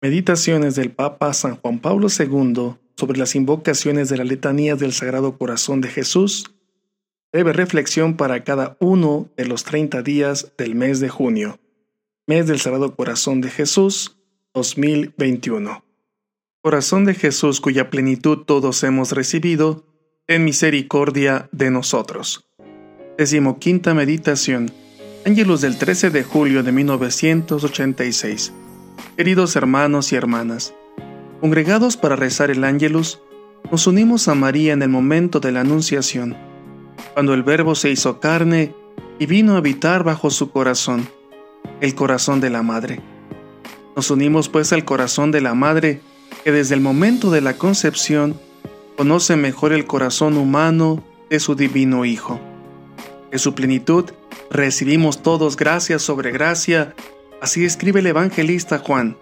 Meditaciones del Papa San Juan Pablo II sobre las invocaciones de las letanías del Sagrado Corazón de Jesús. Breve reflexión para cada uno de los 30 días del mes de junio. Mes del Sagrado Corazón de Jesús, 2021. Corazón de Jesús, cuya plenitud todos hemos recibido, ten misericordia de nosotros. 15ª meditación. Ángelus del 13 de julio de 1986. Queridos hermanos y hermanas, congregados para rezar el Ángelus, nos unimos a María en el momento de la Anunciación, cuando el Verbo se hizo carne y vino a habitar bajo su corazón, el corazón de la Madre. Nos unimos pues al corazón de la Madre, que desde el momento de la concepción conoce mejor el corazón humano de su divino Hijo. De su plenitud recibimos todos gracia sobre gracia. Así escribe el evangelista Juan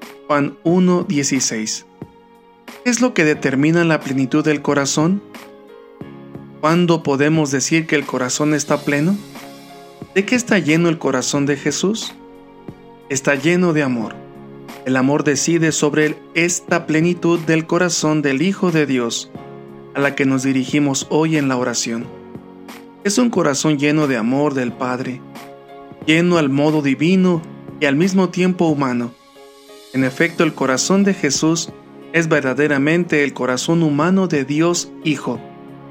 1:16. ¿Qué es lo que determina la plenitud del corazón? ¿Cuándo podemos decir que el corazón está pleno? ¿De qué está lleno el corazón de Jesús? Está lleno de amor. El amor decide sobre esta plenitud del corazón del Hijo de Dios, a la que nos dirigimos hoy en la oración. Es un corazón lleno de amor del Padre, lleno al modo divino y al mismo tiempo humano. En efecto, el corazón de Jesús es verdaderamente el corazón humano de Dios Hijo.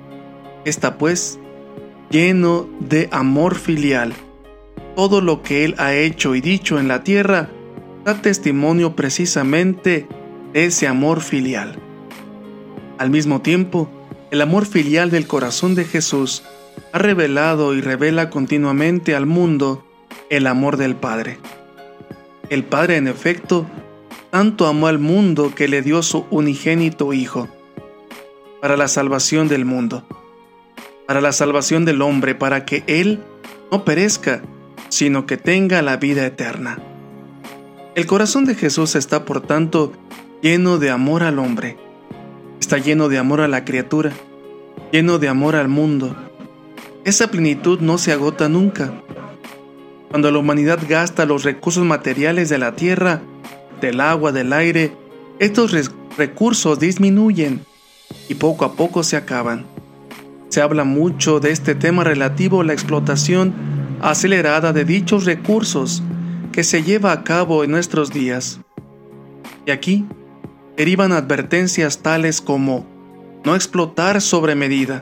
Está pues lleno de amor filial. Todo lo que Él ha hecho y dicho en la tierra da testimonio precisamente de ese amor filial. Al mismo tiempo, el amor filial del corazón de Jesús ha revelado y revela continuamente al mundo el amor del Padre. El Padre, en efecto, tanto amó al mundo que le dio su unigénito Hijo, para la salvación del mundo, para la salvación del hombre, para que Él no perezca, sino que tenga la vida eterna. El corazón de Jesús está, por tanto, lleno de amor al hombre, está lleno de amor a la criatura, lleno de amor al mundo. Esa plenitud no se agota nunca. Cuando la humanidad gasta los recursos materiales de la tierra, del agua, del aire, estos recursos disminuyen y poco a poco se acaban. Se habla mucho de este tema relativo a la explotación acelerada de dichos recursos que se lleva a cabo en nuestros días. Y aquí derivan advertencias tales como no explotar sobre medida.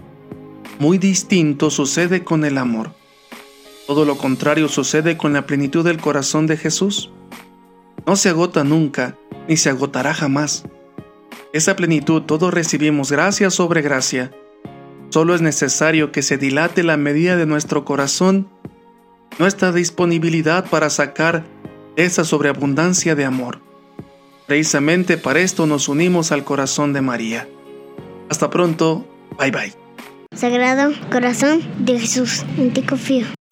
Muy distinto sucede con el amor. Todo lo contrario sucede con la plenitud del corazón de Jesús. No se agota nunca, ni se agotará jamás. Esa plenitud todos recibimos gracia sobre gracia. Solo es necesario que se dilate la medida de nuestro corazón, nuestra disponibilidad para sacar esa sobreabundancia de amor. Precisamente para esto nos unimos al corazón de María. Hasta pronto, bye bye. Sagrado Corazón de Jesús, en ti confío.